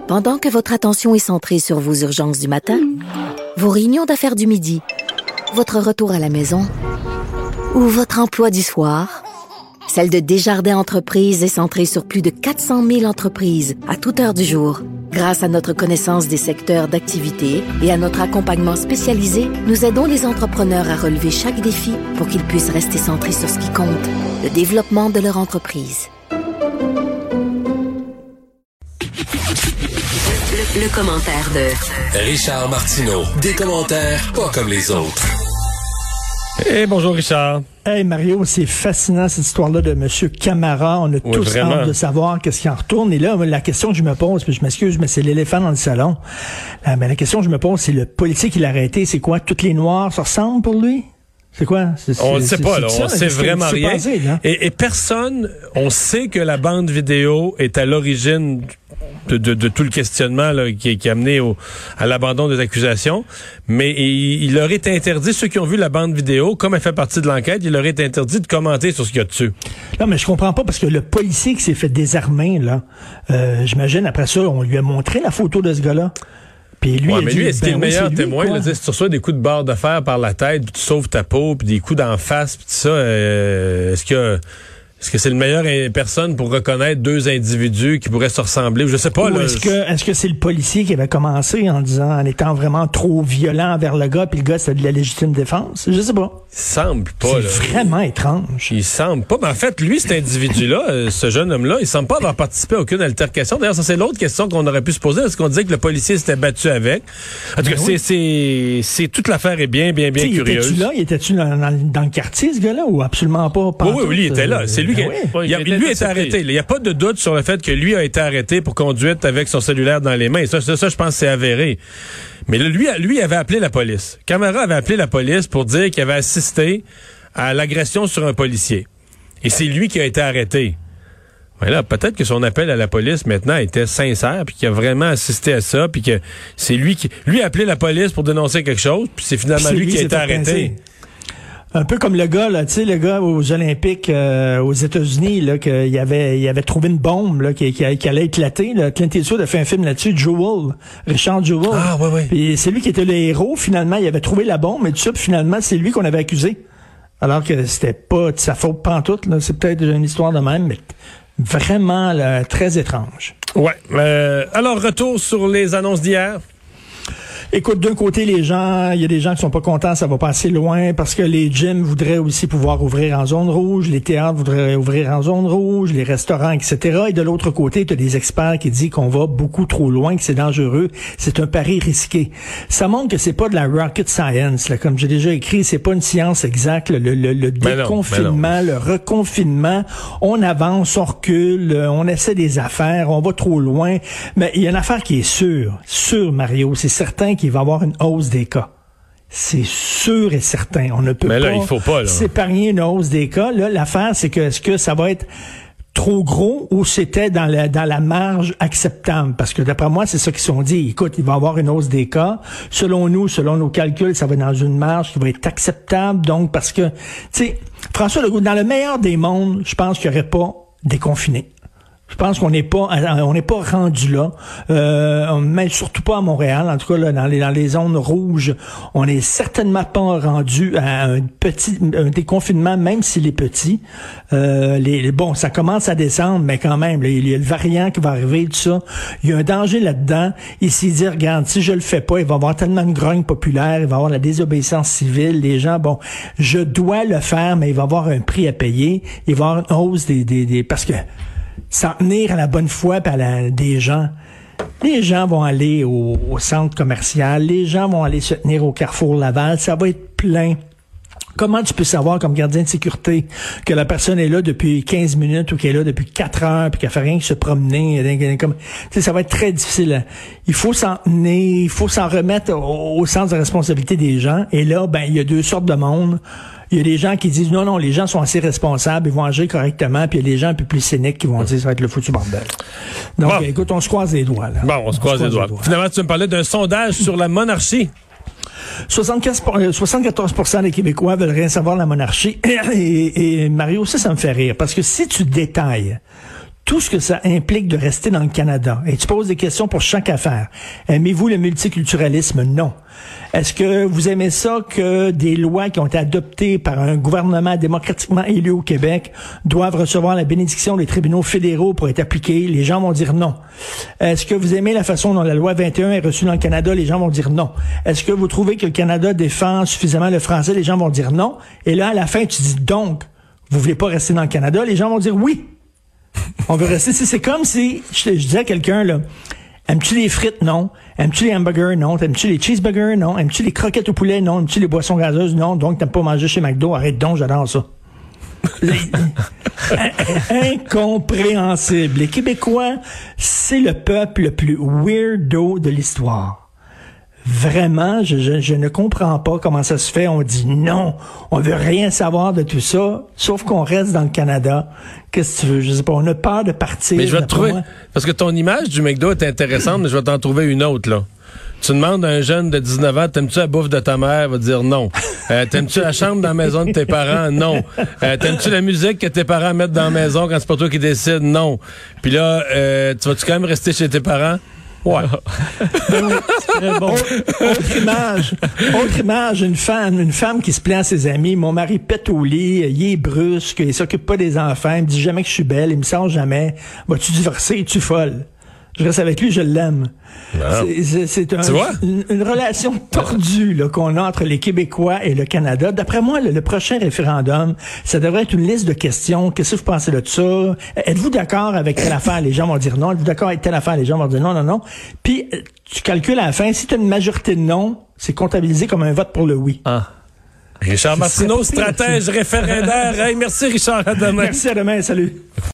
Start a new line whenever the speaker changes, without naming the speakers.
Pendant que votre attention est centrée sur vos urgences du matin, vos réunions d'affaires du midi, votre retour à la maison ou votre emploi du soir, celle de Desjardins Entreprises est centrée sur plus de 400 000 entreprises à toute heure du jour. Grâce à notre connaissance des secteurs d'activité et à notre accompagnement spécialisé, nous aidons les entrepreneurs à relever chaque défi pour qu'ils puissent rester centrés sur ce qui compte, le développement de leur entreprise.
Le commentaire de
Richard Martineau. Des commentaires pas comme les autres.
Bonjour Richard.
Hey Mario, c'est fascinant cette histoire-là de M. Camara. On a tous hâte de savoir qu'est-ce qui en retourne. Et là, la question que je me pose, puis je m'excuse, mais c'est l'éléphant dans le salon. La question que je me pose, c'est le policier qui l'a arrêté. C'est quoi? Toutes les Noirs se ressemblent pour lui? C'est quoi?
On ne sait pas, là. On sait vraiment rien. Passé, et personne, on sait que la bande vidéo est à l'origine de tout le questionnement là, qui a amené à l'abandon des accusations, mais il leur est interdit, ceux qui ont vu la bande vidéo, comme elle fait partie de l'enquête, il leur est interdit de commenter sur ce qu'il y a dessus.
Non, mais je comprends pas, parce que le policier qui s'est fait désarmer, là, j'imagine, après ça, on lui a montré la photo de ce gars-là. Puis lui,
est-ce qu'il est le meilleur témoin? Là, si tu reçois des coups de barre de fer par la tête, puis tu sauves ta peau, puis des coups d'en face, puis tout ça, est-ce que c'est le meilleur personne pour reconnaître deux individus qui pourraient se ressembler? Je sais pas.
Ou est-ce que c'est le policier qui avait commencé en étant vraiment trop violent envers le gars, puis le gars, c'était de la légitime défense? Je sais pas.
Il semble pas.
C'est vraiment étrange.
Il semble pas. Mais en fait, lui, cet individu-là, ce jeune homme-là, il semble pas avoir participé à aucune altercation. D'ailleurs, ça, c'est l'autre question qu'on aurait pu se poser. Est-ce qu'on disait que le policier s'était battu avec? En tout cas, c'est toute l'affaire est bien curieuse.
Était-tu dans le quartier, ce gars-là, ou absolument pas?
Oui, il était là. C'est lui qui lui a été arrêté. Il n'y a pas de doute sur le fait que lui a été arrêté pour conduite avec son cellulaire dans les mains. Et ça, je pense, c'est avéré. Mais là, lui avait appelé la police. Camara avait appelé la police pour dire qu'il avait assisté à l'agression sur un policier. Et c'est lui qui a été arrêté. Voilà, peut-être que son appel à la police maintenant était sincère, puis qu'il a vraiment assisté à ça, puis que c'est lui a appelé la police pour dénoncer quelque chose, puis c'est finalement lui qui a été arrêté.
Un peu comme le gars, là, tu sais, le gars aux Olympiques aux États-Unis, là, qu'il avait trouvé une bombe là, qui allait éclater. Là. Clint Eastwood a fait un film là-dessus, Richard Jewell.
Ah, oui.
Puis c'est lui qui était le héros. Finalement, il avait trouvé la bombe et tout ça. Puis finalement, c'est lui qu'on avait accusé. Alors que c'était pas de sa faute pantoute. Là. C'est peut-être une histoire de même, mais vraiment là, très étrange.
Ouais. Alors, retour sur les annonces d'hier.
Écoute, d'un côté, il y a des gens qui sont pas contents, ça va pas assez loin, parce que les gyms voudraient aussi pouvoir ouvrir en zone rouge, les théâtres voudraient ouvrir en zone rouge, les restaurants, etc. Et de l'autre côté, tu as des experts qui disent qu'on va beaucoup trop loin, que c'est dangereux, c'est un pari risqué. Ça montre que c'est pas de la rocket science, là, comme j'ai déjà écrit, c'est pas une science exacte, le déconfinement, le reconfinement, on avance, on recule, on essaie des affaires, on va trop loin, mais il y a une affaire qui est sûre, Mario, c'est certain qu'il va y avoir une hausse des cas. C'est sûr et certain. On ne peut pas s'épargner une hausse des cas. Là, l'affaire, c'est que est-ce que ça va être trop gros ou c'était dans la marge acceptable? Parce que d'après moi, c'est ça qu'ils se sont dit. Écoute, il va y avoir une hausse des cas. Selon nos calculs, ça va être dans une marge qui va être acceptable. Donc, parce que, tu sais, François Legault, dans le meilleur des mondes, je pense qu'il n'y aurait pas déconfiné. Je pense qu'on n'est pas rendu là, mais surtout pas à Montréal. En tout cas, là, dans les zones rouges, on n'est certainement pas rendu à un déconfinement, même s'il est petit. Ça commence à descendre, mais quand même, là, il y a le variant qui va arriver, tout ça. Il y a un danger là-dedans. Il s'est dit, regarde, si je le fais pas, il va y avoir tellement de grogne populaire, il va y avoir la désobéissance civile. Les gens, je dois le faire, mais il va y avoir un prix à payer. Il va y avoir une hausse parce que s'en tenir à la bonne foi des gens. Les gens vont aller au centre commercial, les gens vont aller se tenir au Carrefour Laval, ça va être plein. Comment tu peux savoir comme gardien de sécurité que la personne est là depuis 15 minutes ou qu'elle est là depuis 4 heures puis qu'elle fait rien que se promener? Ça va être très difficile. Il faut s'en tenir, il faut s'en remettre au sens de responsabilité des gens. Et là, il y a deux sortes de monde. Il y a des gens qui disent non, les gens sont assez responsables, ils vont agir correctement, puis il y a des gens un peu plus cyniques qui vont dire ça va être le foutu bordel. Donc, écoute, on se croise les doigts. Là.
On se croise les doigts. Finalement, tu me parlais d'un sondage sur la monarchie.
74% des Québécois veulent rien savoir de la monarchie. Et Mario, ça me fait rire, parce que si tu détailles tout ce que ça implique de rester dans le Canada. Et tu poses des questions pour chaque affaire. Aimez-vous le multiculturalisme? Non. Est-ce que vous aimez ça que des lois qui ont été adoptées par un gouvernement démocratiquement élu au Québec doivent recevoir la bénédiction des tribunaux fédéraux pour être appliquées? Les gens vont dire non. Est-ce que vous aimez la façon dont la loi 21 est reçue dans le Canada? Les gens vont dire non. Est-ce que vous trouvez que le Canada défend suffisamment le français? Les gens vont dire non. Et là, à la fin, tu dis donc, vous voulez pas rester dans le Canada? Les gens vont dire oui. On veut rester. C'est comme si je disais à quelqu'un, là, aimes-tu les frites? Non. Aimes-tu les hamburgers? Non. Aimes-tu les cheeseburgers? Non. Aimes-tu les croquettes au poulet? Non. Aimes-tu les boissons gazeuses? Non. Donc, t'aimes pas manger chez McDo? Arrête donc, j'adore ça. Incompréhensible. Les Québécois, c'est le peuple le plus weirdo de l'histoire. Vraiment, je ne comprends pas comment ça se fait. On dit non, on veut rien savoir de tout ça, sauf qu'on reste dans le Canada. Qu'est-ce que tu veux? Je sais pas, on a peur de partir.
Mais je vais te trouver, parce que ton image du McDo est intéressante, mais je vais t'en trouver une autre, là. Tu demandes à un jeune de 19 ans, t'aimes-tu la bouffe de ta mère? Il va te dire non. T'aimes-tu la chambre dans la maison de tes parents? Non. T'aimes-tu la musique que tes parents mettent dans la maison quand c'est pas toi qui décides? Non. Puis là, tu vas-tu quand même rester chez tes parents? Ouais.
Oui, c'est très bon. Autre image, une femme qui se plaint à ses amis. Mon mari pète au lit, il est brusque, il s'occupe pas des enfants, il me dit jamais que je suis belle, il me sort jamais. Vas-tu divorcer? Es-tu folle? Je reste avec lui, je l'aime.
Wow.
C'est une relation tordue là, qu'on a entre les Québécois et le Canada. D'après moi, le prochain référendum, ça devrait être une liste de questions. Qu'est-ce que vous pensez de ça? Êtes-vous d'accord avec telle affaire? Les gens vont dire non. Êtes-vous d'accord avec telle affaire? Les gens vont dire non, non, non. Puis, tu calcules à la fin, si tu as une majorité de non, c'est comptabilisé comme un vote pour le oui.
Ah. Richard Martineau, stratège référendaire. Hey, merci Richard, à demain.
Merci, à demain, salut.